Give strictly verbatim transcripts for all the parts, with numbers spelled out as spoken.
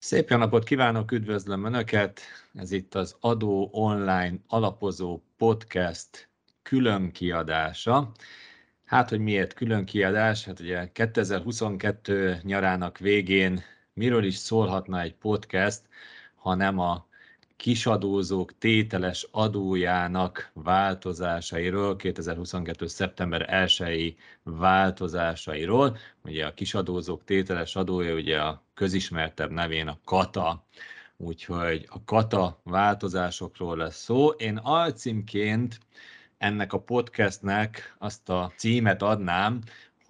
Szép jó napot kívánok, üdvözlöm Önöket! Ez itt az Adó Online Alapozó Podcast külön kiadása. Hát, hogy miért külön kiadás? Hát ugye kétezer-huszonkettő nyarának végén miről is szólhatna egy podcast, hanem a kisadózók tételes adójának változásairól, kétezer-huszonkettő. szeptember elsejei változásairól. Ugye a kisadózók tételes adója ugye a közismertebb nevén a kata, úgyhogy a kata változásokról lesz szó. Én alcímként ennek a podcastnek azt a címet adnám,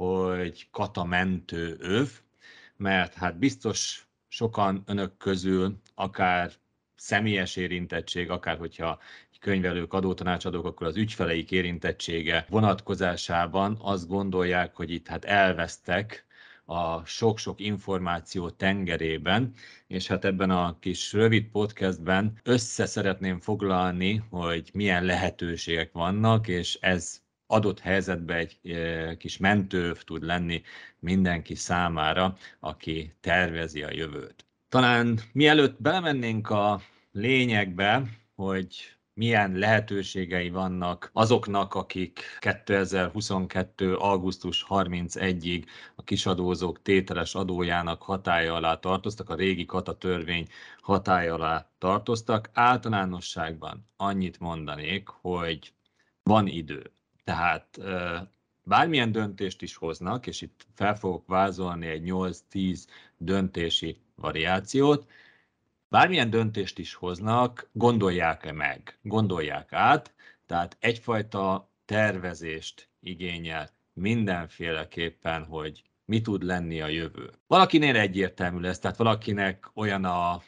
hogy kata mentő öv, mert hát biztos sokan önök közül akár személyes érintettség, akár hogyha könyvelők, adótanácsadók, akkor az ügyfeleik érintettsége vonatkozásában azt gondolják, hogy itt hát elvesztek a sok-sok információ tengerében, és hát ebben a kis rövid podcastben össze szeretném foglalni, hogy milyen lehetőségek vannak, és ez adott helyzetben egy kis mentőv tud lenni mindenki számára, aki tervezi a jövőt. Talán mielőtt belemennénk a lényegbe, hogy milyen lehetőségei vannak azoknak, akik kétezer-huszonkettő. augusztus harmincegyedikéig a kisadózók tételes adójának hatálya alá tartoztak, a régi kata törvény hatálya alá tartoztak. Általánosságban annyit mondanék, hogy van idő. Tehát bármilyen döntést is hoznak, és itt fel fogok vázolni egy nyolc-tíz döntési variációt, bármilyen döntést is hoznak, gondolják-e meg, gondolják át, tehát egyfajta tervezést igényel mindenféleképpen, hogy mi tud lenni a jövő. Valakinél egyértelmű lesz, tehát valakinek olyan a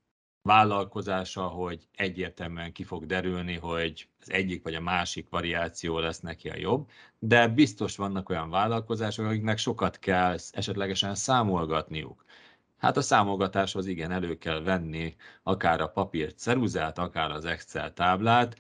vállalkozása, hogy egyértelműen ki fog derülni, hogy az egyik vagy a másik variáció lesz neki a jobb, de biztos vannak olyan vállalkozások, akiknek sokat kell esetlegesen számolgatniuk. Hát a számolgatáshoz igen, elő kell venni akár a papírt, ceruzát, akár az Excel táblát,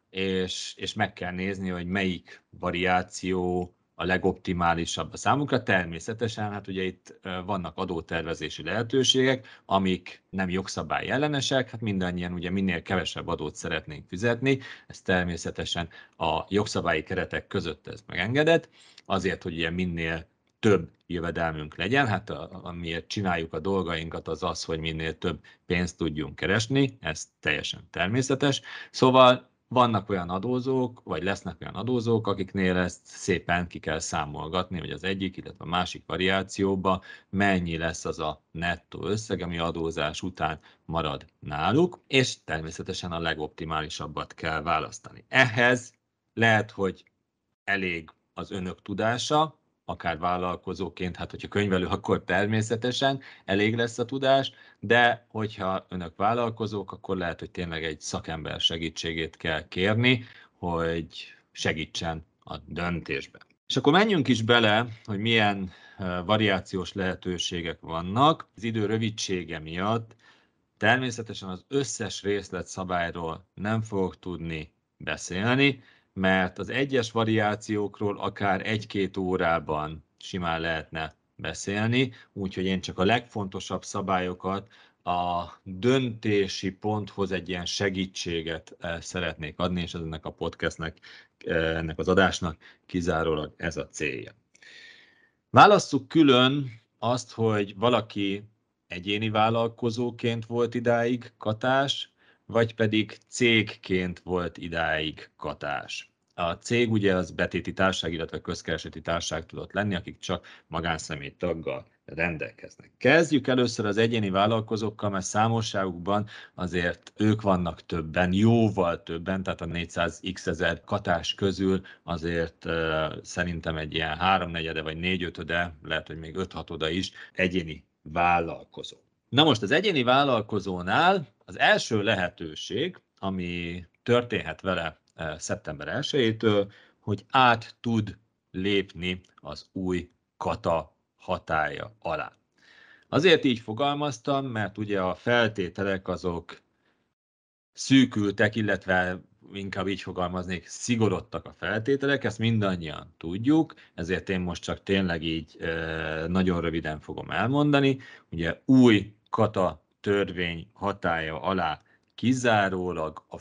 és, és meg kell nézni, hogy melyik variáció a legoptimálisabb a számukra. Természetesen, hát ugye itt vannak adótervezési lehetőségek, amik nem jogszabály ellenesek, hát mindannyian ugye minél kevesebb adót szeretnénk fizetni, ez természetesen a jogszabályi keretek között ez megengedett, azért, hogy ugye minél több jövedelmünk legyen, hát a, amiért csináljuk a dolgainkat, az az, hogy minél több pénzt tudjunk keresni, ez teljesen természetes. Szóval vannak olyan adózók, vagy lesznek olyan adózók, akiknél ezt szépen ki kell számolgatni, hogy az egyik, illetve a másik variációba mennyi lesz az a nettó összeg, ami adózás után marad náluk, és természetesen a legoptimálisabbat kell választani. Ehhez lehet, hogy elég az önök tudása, akár vállalkozóként, hát hogyha könyvelő, akkor természetesen elég lesz a tudás, de hogyha önök vállalkozók, akkor lehet, hogy tényleg egy szakember segítségét kell kérni, hogy segítsen a döntésben. És akkor menjünk is bele, hogy milyen variációs lehetőségek vannak. Az idő rövidsége miatt természetesen az összes részletszabályról nem fogok tudni beszélni, mert az egyes variációkról akár egy-két órában simán lehetne beszélni, úgyhogy én csak a legfontosabb szabályokat, a döntési ponthoz egy ilyen segítséget szeretnék adni, és ennek a podcastnek, ennek az adásnak kizárólag ez a célja. Válasszuk külön azt, hogy valaki egyéni vállalkozóként volt idáig katás, vagy pedig cégként volt idáig katás. A cég ugye az betéti társaság, illetve közkereseti társaság tudott lenni, akik csak magánszemély taggal rendelkeznek. Kezdjük először az egyéni vállalkozókkal, mert számosságukban azért ők vannak többen, jóval többen, tehát a négyszáz x ezer katás közül azért uh, szerintem egy ilyen háromnegyede vagy négyötöde, lehet, hogy még öt-hatoda is egyéni vállalkozó. Na most az egyéni vállalkozónál az első lehetőség, ami történhet vele szeptember elsejétől, hogy át tud lépni az új kata hatálya alá. Azért így fogalmaztam, mert ugye a feltételek azok szűkültek, illetve inkább így fogalmaznék, szigorodtak a feltételek, ezt mindannyian tudjuk, ezért én most csak tényleg így nagyon röviden fogom elmondani. Ugye új kata törvény hatálya alá kizárólag a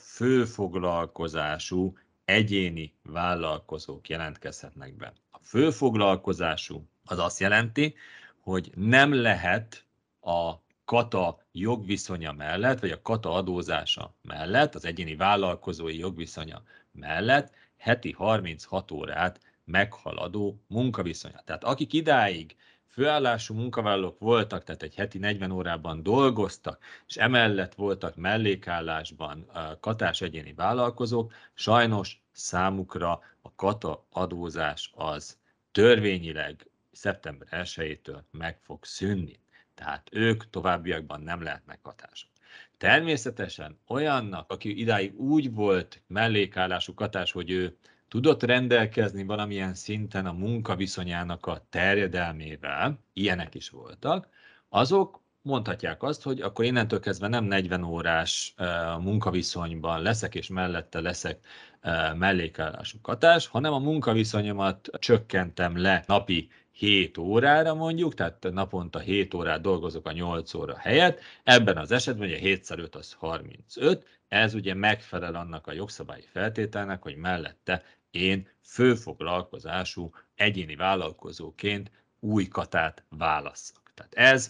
főfoglalkozású egyéni vállalkozók jelentkezhetnek be. A főfoglalkozású az azt jelenti, hogy nem lehet a kata jogviszonya mellett, vagy a kata adózása mellett, az egyéni vállalkozói jogviszonya mellett heti harminchat órát meghaladó munkaviszonya. Tehát akik idáig főállású munkavállalók voltak, tehát egy heti negyven órában dolgoztak, és emellett voltak mellékállásban katás egyéni vállalkozók, sajnos számukra a kata adózás az törvényileg szeptember elsejétől meg fog szűnni. Tehát ők továbbiakban nem lehetnek katások. Természetesen olyannak, aki idáig úgy volt mellékállású katás, hogy ő tudott rendelkezni valamilyen szinten a munkaviszonyának a terjedelmével, ilyenek is voltak, azok mondhatják azt, hogy akkor innentől kezdve nem negyven órás uh, munkaviszonyban leszek, és mellette leszek uh, mellékállású katás, hanem a munkaviszonyomat csökkentem le napi hét órára mondjuk, tehát naponta hét órát dolgozok a nyolc óra helyett. Ebben az esetben ugye hétszer öt az harmincöt, ez ugye megfelel annak a jogszabályi feltételnek, hogy mellette én főfoglalkozású egyéni vállalkozóként új katát válasszak. Tehát ez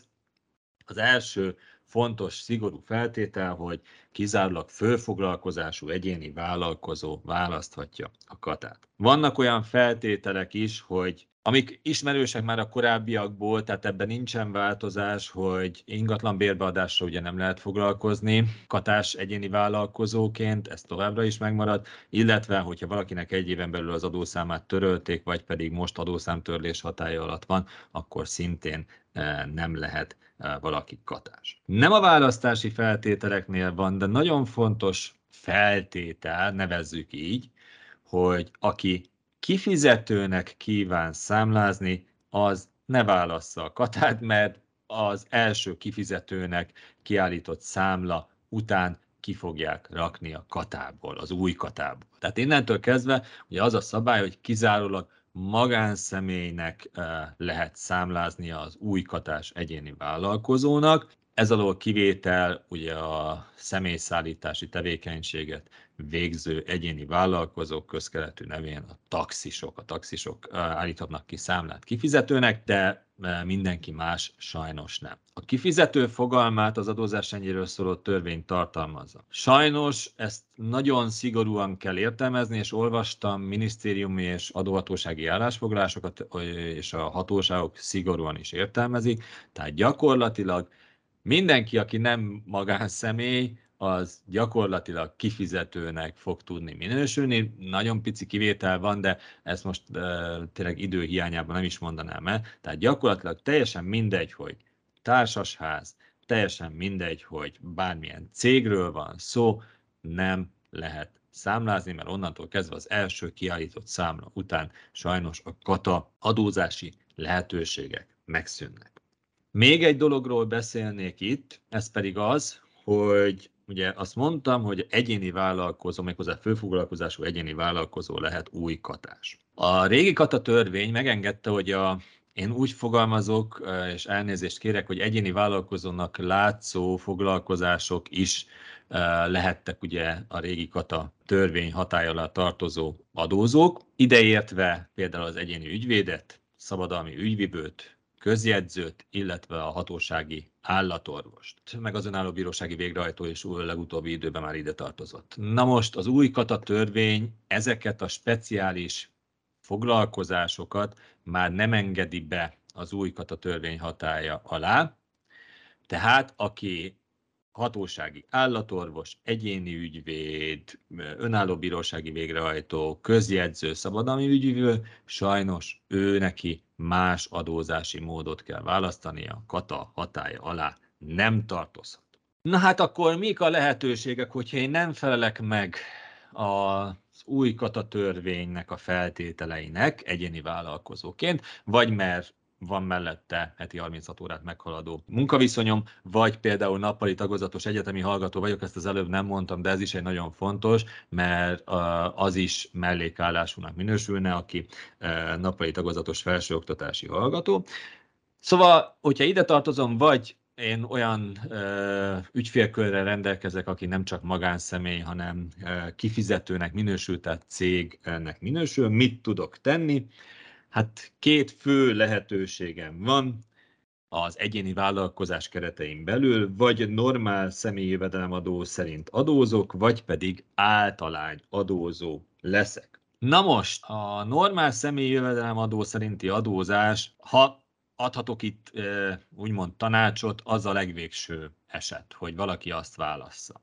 az első fontos, szigorú feltétel, hogy kizárólag főfoglalkozású egyéni vállalkozó választhatja a katát. Vannak olyan feltételek is, hogy amik ismerősek már a korábbiakból, tehát ebben nincsen változás, hogy ingatlan bérbeadásra ugye nem lehet foglalkozni katás egyéni vállalkozóként, ez továbbra is megmarad, illetve hogyha valakinek egy éven belül az adószámát törölték, vagy pedig most adószámtörlés hatálya alatt van, akkor szintén nem lehet valaki katás. Nem a választási feltételeknél van, de nagyon fontos feltétel, nevezzük így, hogy aki kifizetőnek kíván számlázni, az ne válassza a katát, mert az első kifizetőnek kiállított számla után ki fogják rakni a katából, az új katából. Tehát innentől kezdve ugye az a szabály, hogy kizárólag magánszemélynek lehet számláznia az új katás egyéni vállalkozónak. Ez alól kivétel ugye a személyszállítási tevékenységet végző egyéni vállalkozók, közkeletű nevén a taxisok. A taxisok állíthatnak ki számlát kifizetőnek, de mindenki más sajnos nem. A kifizető fogalmát az adózásrendjéről szóló törvény tartalmazza. Sajnos ezt nagyon szigorúan kell értelmezni, és olvastam minisztériumi és adóhatósági állásfoglalásokat, és a hatóságok szigorúan is értelmezik, tehát gyakorlatilag mindenki, aki nem magánszemély, az gyakorlatilag kifizetőnek fog tudni minősülni. Nagyon pici kivétel van, de ezt most uh, tényleg idő hiányában nem is mondanám el. Tehát gyakorlatilag teljesen mindegy, hogy társasház, teljesen mindegy, hogy bármilyen cégről van szó, nem lehet számlázni, mert onnantól kezdve az első kiállított számla után sajnos a kata adózási lehetőségek megszűnnek. Még egy dologról beszélnék itt, ez pedig az, hogy ugye azt mondtam, hogy egyéni vállalkozó, méghozzá főfoglalkozású egyéni vállalkozó lehet új katás. A régi kata törvény megengedte, hogy a, én úgy fogalmazok, és elnézést kérek, hogy egyéni vállalkozónak látszó foglalkozások is lehettek ugye a régi kata törvény hatálya alá tartozó adózók, ideértve például az egyéni ügyvédet, szabadalmi ügyvivőt, közjegyzőt, illetve a hatósági állatorvost, meg az önálló bírósági végrehajtó is legutóbbi időben már ide tartozott. Na most az új kata törvény ezeket a speciális foglalkozásokat már nem engedi be az új kata törvény hatálya alá, tehát aki hatósági állatorvos, egyéni ügyvéd, önálló bírósági végrehajtó, közjegyző, szabadalmi ügyvivő, sajnos ő neki más adózási módot kell választania, a kata hatálya alá nem tartozhat. Na hát akkor mik a lehetőségek, hogyha én nem felelek meg az új kata törvénynek a feltételeinek egyéni vállalkozóként, vagy mert van mellette heti harminchat órát meghaladó munkaviszonyom, vagy például nappali tagozatos egyetemi hallgató vagyok, ezt az előbb nem mondtam, de ez is egy nagyon fontos, mert az is mellékállásúnak minősülne, aki nappali tagozatos felsőoktatási hallgató. Szóval, hogyha ide tartozom, vagy én olyan ö, ügyfélkörrel rendelkezek, aki nem csak magánszemély, hanem ö, kifizetőnek minősül, tehát cégnek minősül. Mit tudok tenni? Hát két fő lehetőségem van az egyéni vállalkozás keretein belül, vagy normál személyi jövedelemadó szerint adózok, vagy pedig általány adózó leszek. Na most, a normál személyi jövedelemadó szerinti adózás, ha adhatok itt úgymond tanácsot, az a legvégső eset, hogy valaki azt válassza.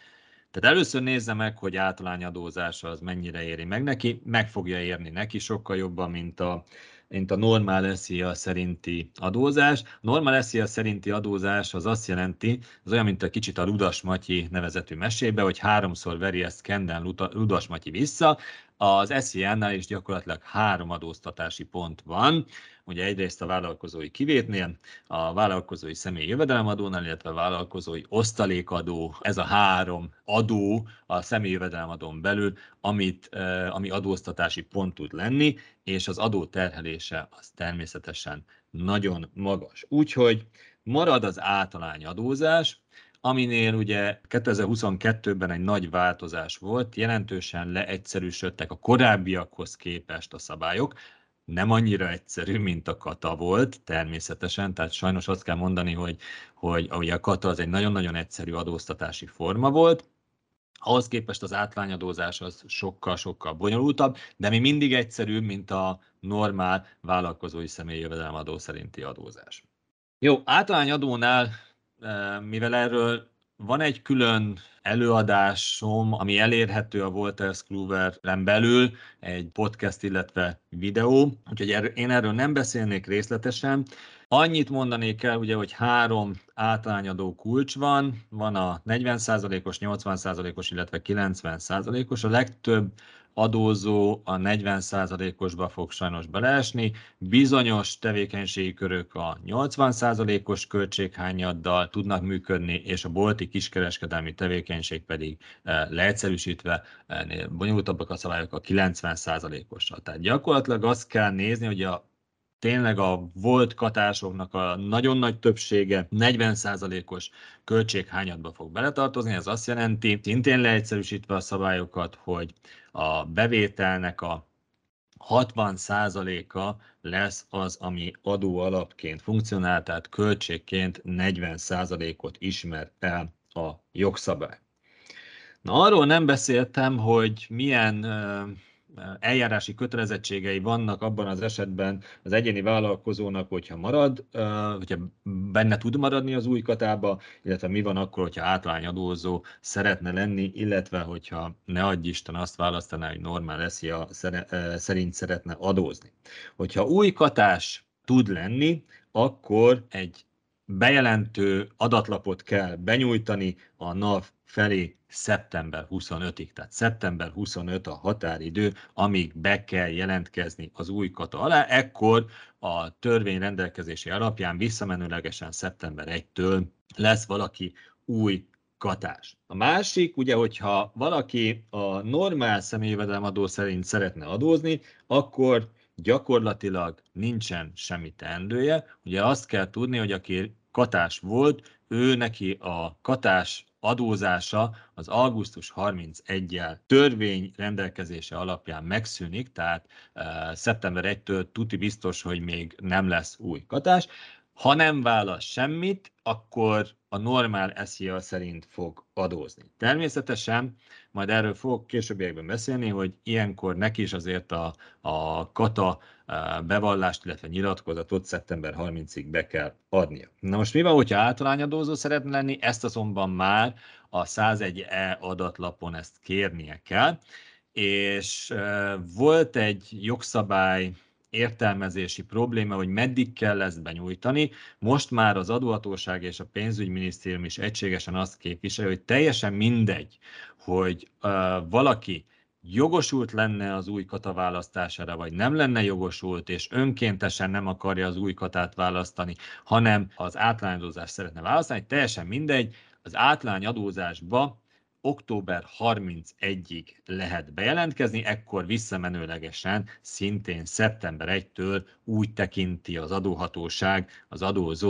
Tehát először nézze meg, hogy általányadózás az mennyire éri meg neki, meg fogja érni neki sokkal jobban, mint a, mint a normál es zé á szerinti adózás. A normál es zé á szerinti adózás az azt jelenti, az olyan, mint a kicsit a Ludas Matyi nevezetű mesébe, hogy háromszor veri ezt Kenden Ludas Matyi vissza. Az es zé á-nál is gyakorlatilag három adóztatási pont van. Ugye egyrészt a vállalkozói kivétnél, a vállalkozói személyi jövedelemadónál, illetve a vállalkozói osztalékadó, ez a három adó a személyi jövedelemadón belül, amit, ami adóztatási pont tud lenni, és az adó terhelése az természetesen nagyon magas. Úgyhogy marad az általány adózás, aminél ugye kétezer-huszonkettőben egy nagy változás volt, jelentősen leegyszerűsödtek a korábbiakhoz képest a szabályok, nem annyira egyszerű, mint a kata volt, természetesen, tehát sajnos azt kell mondani, hogy, hogy ugye a kata az egy nagyon-nagyon egyszerű adóztatási forma volt, ahhoz képest az átlányadózás az sokkal-sokkal bonyolultabb, de mi mindig egyszerűbb, mint a normál vállalkozói személyi jövedelemadó szerinti adózás. Jó, általányadónál, mivel erről van egy külön előadásom, ami elérhető a Wolters Kluveren belül, egy podcast, illetve videó, úgyhogy én erről nem beszélnék részletesen. Annyit mondanék el, ugye, hogy három általányadó kulcs van, van a negyven százalékos, nyolcvan százalékos, illetve kilencven százalékos. A legtöbb adózó a negyven százalékosba fog sajnos beleesni, bizonyos tevékenységi körök a nyolcvan százalékos költséghányaddal tudnak működni, és a bolti kiskereskedelmi tevékenység pedig leegyszerűsítve bonyolultabbak a szabályok a kilencven százalékossal. Tehát gyakorlatilag azt kell nézni, hogy a tényleg a volt katásoknak a nagyon nagy többsége negyven százalékos költséghányadba fog beletartozni. Ez azt jelenti, szintén leegyszerűsítve a szabályokat, hogy a bevételnek a hatvan százaléka lesz az, ami adóalapként funkcionál, tehát költségként negyven százalékot ismer el a jogszabály. Na, arról nem beszéltem, hogy milyen eljárási kötelezettségei vannak abban az esetben az egyéni vállalkozónak, hogyha marad, hogyha benne tud maradni az új katába, illetve mi van akkor, hogyha általányadózó szeretne lenni, illetve hogyha ne adj Isten azt választaná, hogy normál es zé á szerint szeretne adózni. Hogyha új katás tud lenni, akkor egy bejelentő adatlapot kell benyújtani a NAV felé szeptember huszonötödikéig. Tehát szeptember huszonötödike a határidő, amíg be kell jelentkezni az új kata alá. Ekkor a törvény rendelkezési alapján visszamenőlegesen szeptember elsejétől lesz valaki új katás. A másik, ugye, hogyha valaki a normál személyi jövedelemadó szerint szeretne adózni, akkor gyakorlatilag nincsen semmi teendője. Ugye azt kell tudni, hogy aki katás volt, ő neki a katás adózása az augusztus harmincegyedikével törvény rendelkezése alapján megszűnik, tehát uh, szeptember elsejétől tuti biztos, hogy még nem lesz új katás. Ha nem válasz semmit, akkor a normál es zé á szerint fog adózni. Természetesen, majd erről fogok későbbiekben beszélni, hogy ilyenkor neki is azért a, a kata bevallást, illetve nyilatkozatot szeptember harmincadikáig be kell adnia. Na most mi van, hogyha általányadózó szeretne lenni? Ezt azonban már a százegy E adatlapon ezt kérnie kell, és volt egy jogszabály értelmezési probléma, hogy meddig kell ezt benyújtani. Most már az adóhatóság és a pénzügyminisztérium is egységesen azt képviseli, hogy teljesen mindegy, hogy uh, valaki jogosult lenne az új kata választására, vagy nem lenne jogosult, és önkéntesen nem akarja az új katát választani, hanem az átlányadózást szeretne választani, teljesen mindegy, az átlányadózásba október harmincegyedikéig lehet bejelentkezni, ekkor visszamenőlegesen szintén szeptember elsejétől úgy tekinti az adóhatóság az adózót,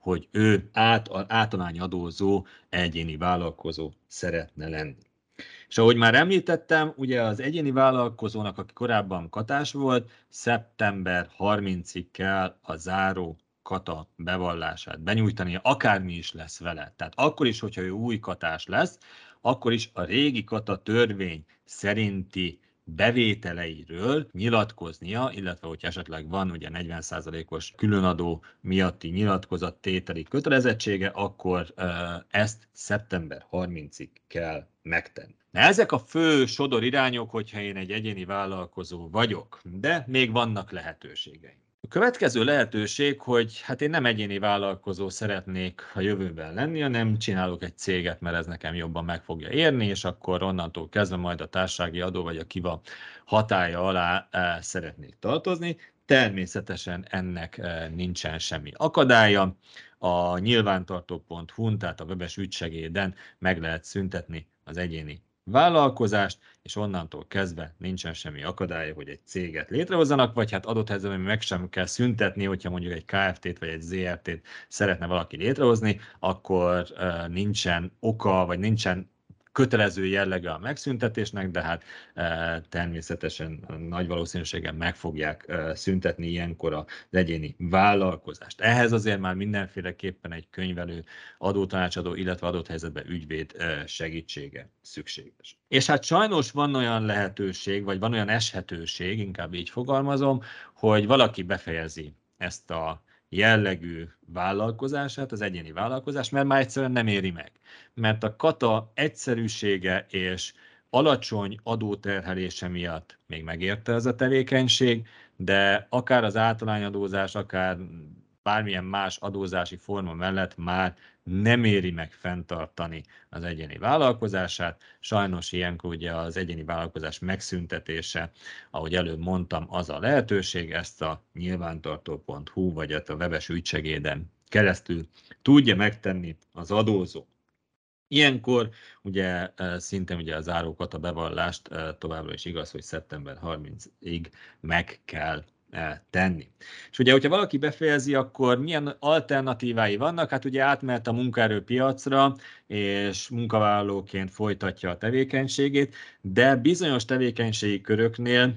hogy ő át, általányadózó egyéni vállalkozó szeretne lenni. És ahogy már említettem, ugye az egyéni vállalkozónak, aki korábban katás volt, szeptember harmincadikáig kell a záró kata bevallását benyújtania, akármi is lesz vele. Tehát akkor is, hogyha ő új katás lesz, akkor is a régi kata törvény szerinti bevételeiről nyilatkoznia, illetve hogy esetleg van ugye negyven százalékos különadó miatti nyilatkozattételi kötelezettsége, akkor ezt szeptember harmincadikáig kell megtenni. Na, ezek a fő sodorirányok, hogyha én egy egyéni vállalkozó vagyok, de még vannak lehetőségeim. A következő lehetőség, hogy hát én nem egyéni vállalkozó szeretnék a jövőben lenni, hanem csinálok egy céget, mert ez nekem jobban meg fogja érni, és akkor onnantól kezdve majd a társasági adó vagy a kiva hatálya alá e, szeretnék tartozni. Természetesen ennek e, nincsen semmi akadálya. A nyilvántartó pont hu-n, tehát a webes ügysegéden meg lehet szüntetni az egyéni vállalkozást, és onnantól kezdve nincsen semmi akadálya, hogy egy céget létrehozzanak, vagy hát adott helyzetben meg sem kell szüntetni, hogyha mondjuk egy Kft-t vagy egy zé er té-t szeretne valaki létrehozni, akkor nincsen oka, vagy nincsen kötelező jellege a megszüntetésnek, de hát e, természetesen nagy valószínűséggel meg fogják e, szüntetni ilyenkor az egyéni vállalkozást. Ehhez azért már mindenféleképpen egy könyvelő, adótanácsadó, illetve adott helyzetben ügyvéd e, segítsége szükséges. És hát sajnos van olyan lehetőség, vagy van olyan eshetőség, inkább így fogalmazom, hogy valaki befejezi ezt a jellegű vállalkozását, az egyéni vállalkozást, mert már egyszerűen nem éri meg. Mert a kata egyszerűsége és alacsony adóterhelése miatt még megérte ez a tevékenység, de akár az általányadózás, akár bármilyen más adózási forma mellett már nem éri meg fenntartani az egyéni vállalkozását. Sajnos ilyenkor ugye az egyéni vállalkozás megszüntetése, ahogy előbb mondtam, az a lehetőség, ezt a nyilvántartó pont hu vagy a webes ügysegéden keresztül tudja megtenni az adózó. Ilyenkor ugye szintén ugye a zárókata bevallást továbbra is igaz, hogy szeptember harmincadikáig meg kell tenni. És ugye, hogyha valaki befejezi, akkor milyen alternatívái vannak? Hát ugye átmehet a munkaerőpiacra, és munkavállalóként folytatja a tevékenységét, de bizonyos tevékenységi köröknél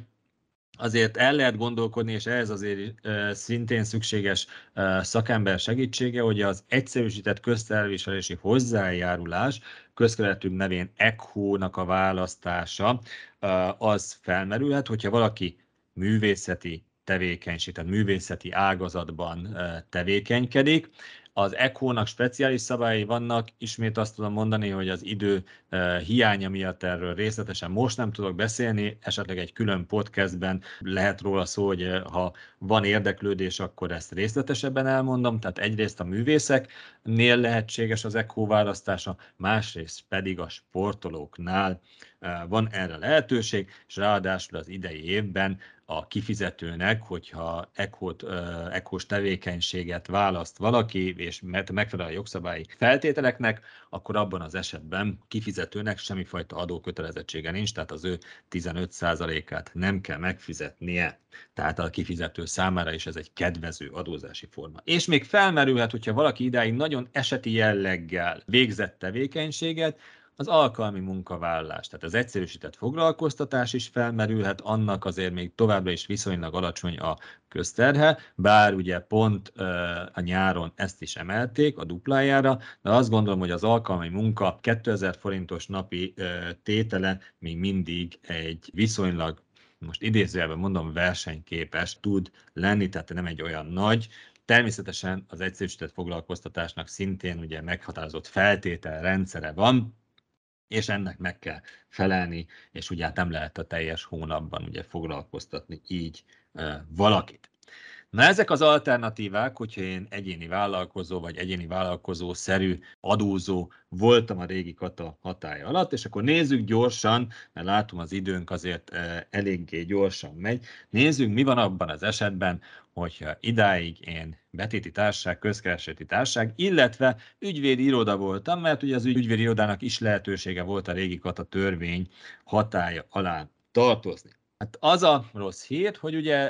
azért el lehet gondolkodni, és ehhez azért e, szintén szükséges e, szakember segítsége, hogy az egyszerűsített közterviselési hozzájárulás, közkeletűbb nevén e cé há o-nak a választása, e, az felmerülhet, hogyha valaki művészeti tevékenység, tehát művészeti ágazatban e, tevékenykedik. Az e cé há o-nak speciális szabályai vannak, ismét azt tudom mondani, hogy az idő uh, hiánya miatt erről részletesen most nem tudok beszélni, esetleg egy külön podcastben lehet róla szó, hogy uh, ha van érdeklődés, akkor ezt részletesebben elmondom, tehát egyrészt a művészeknél lehetséges az e cé há o választása, másrészt pedig a sportolóknál uh, van erre lehetőség, és ráadásul az idei évben a kifizetőnek, hogyha e cé há-s tevékenységet választ valaki, és megfelel a jogszabályi feltételeknek, akkor abban az esetben kifizetőnek semmifajta adókötelezettsége nincs, tehát az ő tizenöt százalékát nem kell megfizetnie. Tehát a kifizető számára is ez egy kedvező adózási forma. És még felmerülhet, hogyha valaki idáig nagyon eseti jelleggel végzett tevékenységet, az alkalmi munkavállalás, tehát az egyszerűsített foglalkoztatás is felmerülhet, annak azért még továbbra is viszonylag alacsony a közterhe, bár ugye pont a nyáron ezt is emelték a duplájára, de azt gondolom, hogy az alkalmi munka kétezer forintos napi tétele még mindig egy viszonylag, most idézőjelben mondom, versenyképes tud lenni, tehát nem egy olyan nagy. Természetesen az egyszerűsített foglalkoztatásnak szintén ugye meghatározott feltételrendszere van, és ennek meg kell felelni, és ugye hát nem lehet a teljes hónapban ugye foglalkoztatni így e, valakit. Na ezek az alternatívák, hogyha én egyéni vállalkozó vagy egyéni vállalkozó-szerű adózó voltam a régi kata hatálya alatt, és akkor nézzük gyorsan, mert látom az időnk azért e, eléggé gyorsan megy, nézzük mi van abban az esetben, hogyha idáig én betéti társaság, közkereseti társaság, illetve ügyvédi iroda voltam, mert ugye az ügyvédi irodának is lehetősége volt a régi kata törvény hatálya alá tartozni. Hát az a rossz hír, hogy ugye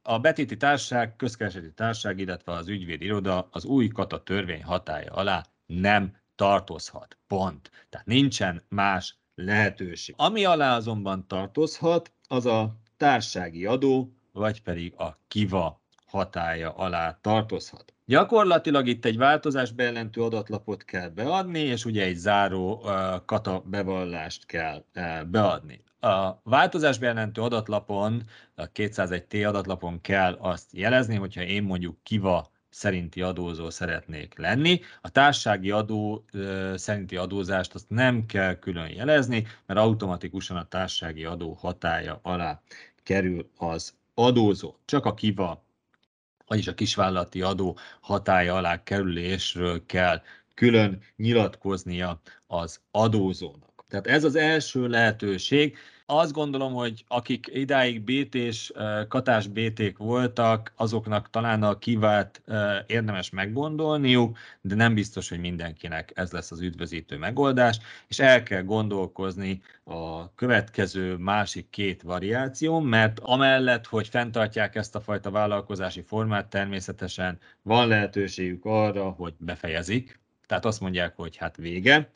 a betéti társaság, közkereseti társaság, illetve az ügyvédi iroda az új kata törvény hatálya alá nem tartozhat. Pont. Tehát nincsen más lehetőség. Ami alá azonban tartozhat, az a társasági adó, vagy pedig a kiva hatálya alá tartozhat. Gyakorlatilag itt egy változás bejelentő adatlapot kell beadni, és ugye egy záró uh, kata bevallást kell uh, beadni. A változás bejelentő adatlapon, a kétszázegy té adatlapon kell azt jelezni, hogyha én mondjuk kiva szerinti adózó szeretnék lenni. A társasági adó uh, szerinti adózást azt nem kell külön jelezni, mert automatikusan a társasági adó hatálya alá kerül az adózó. Csak a kiva, vagyis a kisvállalati adó hatálya alá kerülésről kell külön nyilatkoznia az adózónak. Tehát ez az első lehetőség. Azt gondolom, hogy akik idáig bé té-s, katás bé té-k voltak, azoknak talán a kivát érdemes meggondolniuk, de nem biztos, hogy mindenkinek ez lesz az üdvözítő megoldás, és el kell gondolkozni a következő másik két variáción, mert amellett, hogy fenntartják ezt a fajta vállalkozási formát, természetesen van lehetőségük arra, hogy befejezik, tehát azt mondják, hogy hát vége,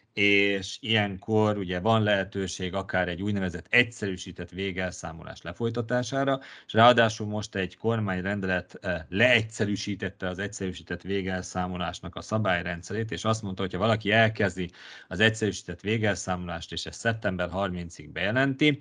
és ilyenkor ugye van lehetőség akár egy úgynevezett egyszerűsített végelszámolás lefolytatására, és ráadásul most egy kormányrendelet leegyszerűsítette az egyszerűsített végelszámolásnak a szabályrendszerét, és azt mondta, hogy ha valaki elkezdi az egyszerűsített végelszámolást, és ezt szeptember harmincadikáig bejelenti,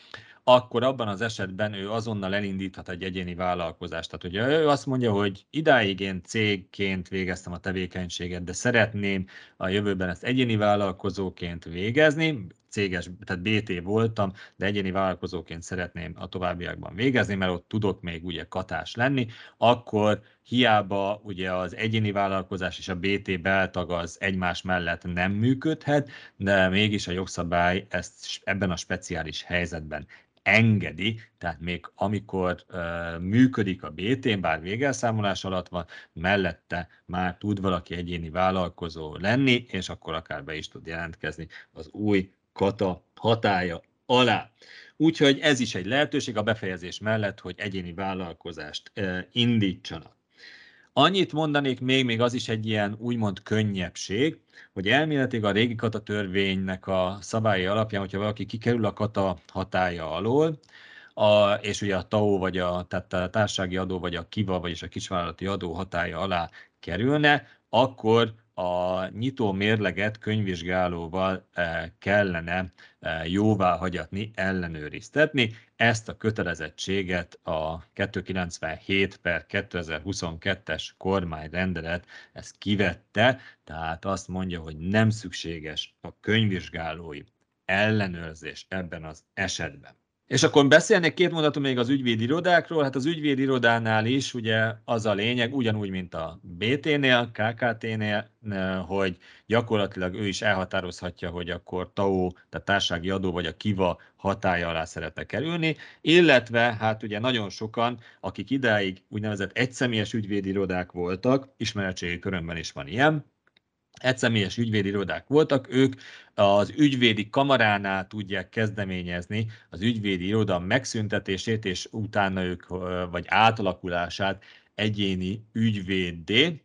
akkor abban az esetben ő azonnal elindíthat egy egyéni vállalkozást. Tehát ugye ő azt mondja, hogy idáig én cégként végeztem a tevékenységet, de szeretném a jövőben ezt egyéni vállalkozóként végezni, céges, tehát bé té voltam, de egyéni vállalkozóként szeretném a továbbiakban végezni, mert ott tudok még ugye katás lenni, akkor hiába ugye az egyéni vállalkozás és a bé té beltag az egymás mellett nem működhet, de mégis a jogszabály ezt ebben a speciális helyzetben engedi, tehát még amikor uh, működik a bé té, bár végelszámolás alatt van, mellette már tud valaki egyéni vállalkozó lenni, és akkor akár be is tud jelentkezni az új kata hatálya alá. Úgyhogy ez is egy lehetőség a befejezés mellett, hogy egyéni vállalkozást uh, indítsanak. Annyit mondanék még, még az is egy ilyen úgymond könnyebbség, hogy elméletileg a régi kata törvénynek a szabályi alapján, hogyha valaki kikerül a kata hatálya alól, a, és ugye a té á o vagy a, tehát a társasági adó vagy a kiva, vagyis a kisvállalati adó hatálya alá kerülne, akkor a nyitó mérleget könyvvizsgálóval kellene jóvá hagyatni, ellenőriztetni. Ezt a kötelezettséget a kétszázkilencvenhét per kétezer-huszonkettes kormányrendelet ezt kivette, tehát azt mondja, hogy nem szükséges a könyvvizsgálói ellenőrzés ebben az esetben. És akkor beszélnék két mondatot még az ügyvédi irodákról. Hát az ügyvédi irodánál is ugye az a lényeg, ugyanúgy, mint a bé té-nél, ká ká té-nél, hogy gyakorlatilag ő is elhatározhatja, hogy akkor té á o, tehát társasági adó vagy a kiva hatálya alá szeretne kerülni, illetve hát ugye nagyon sokan, akik idáig úgynevezett egyszemélyes ügyvédi irodák voltak, ismeretségi körömben is van ilyen, egyszemélyes ügyvédi irodák voltak, ők az ügyvédi kamaránál tudják kezdeményezni az ügyvédi iroda megszüntetését, és utána ők, vagy átalakulását egyéni ügyvéddé,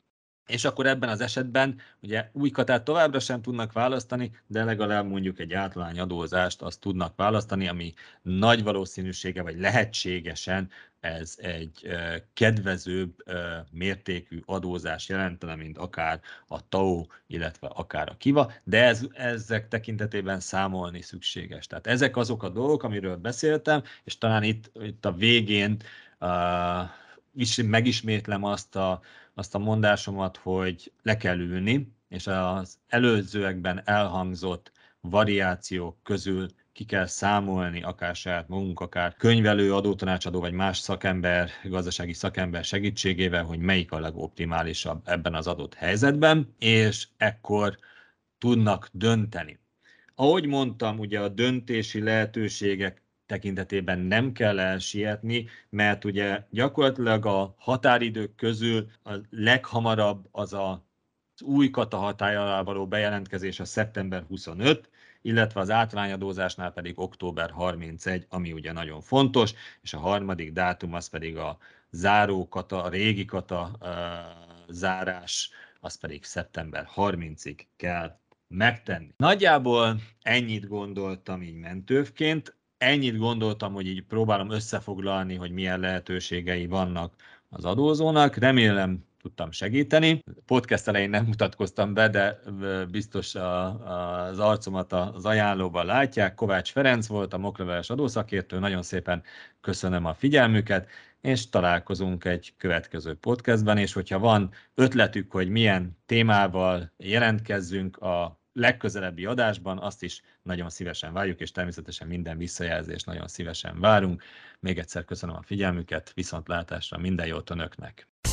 és akkor ebben az esetben ugye új katát továbbra sem tudnak választani, de legalább mondjuk egy általányadózást azt tudnak választani, ami nagy valószínűsége, vagy lehetségesen ez egy kedvezőbb mértékű adózás jelentene, mint akár a té á o, illetve akár a kiva, de ez, ezek tekintetében számolni szükséges. Tehát ezek azok a dolgok, amiről beszéltem, és talán itt, itt a végén uh, is megismétlem azt a, azt a mondásomat, hogy le kell ülni, és az előzőekben elhangzott variációk közül ki kell számolni, akár saját magunk, akár könyvelő, adótanácsadó vagy más szakember, gazdasági szakember segítségével, hogy melyik a legoptimálisabb ebben az adott helyzetben, és ekkor tudnak dönteni. Ahogy mondtam, ugye a döntési lehetőségek tekintetében nem kell elsietni, mert ugye gyakorlatilag a határidők közül a leghamarabb az a az új kata hatálya alá való bejelentkezés a szeptember huszonötödike, illetve az általányadózásnál pedig október harmincegy, ami ugye nagyon fontos, és a harmadik dátum az pedig a zárókata, a régi kata uh, zárás, az pedig szeptember harmincadikáig kell megtenni. Nagyjából ennyit gondoltam így mentővként, ennyit gondoltam, hogy így próbálom összefoglalni, hogy milyen lehetőségei vannak az adózónak. Remélem tudtam segíteni. Podcast elején nem mutatkoztam be, de biztos a, az arcomat az ajánlóban látják. Kovács Ferenc volt, a Mokleveles adószakértő. Nagyon szépen köszönöm a figyelmüket, és találkozunk egy következő podcastben, és hogyha van ötletük, hogy milyen témával jelentkezzünk a legközelebbi adásban, azt is nagyon szívesen várjuk, és természetesen minden visszajelzést nagyon szívesen várunk. Még egyszer köszönöm a figyelmüket, viszontlátásra, minden jót önöknek!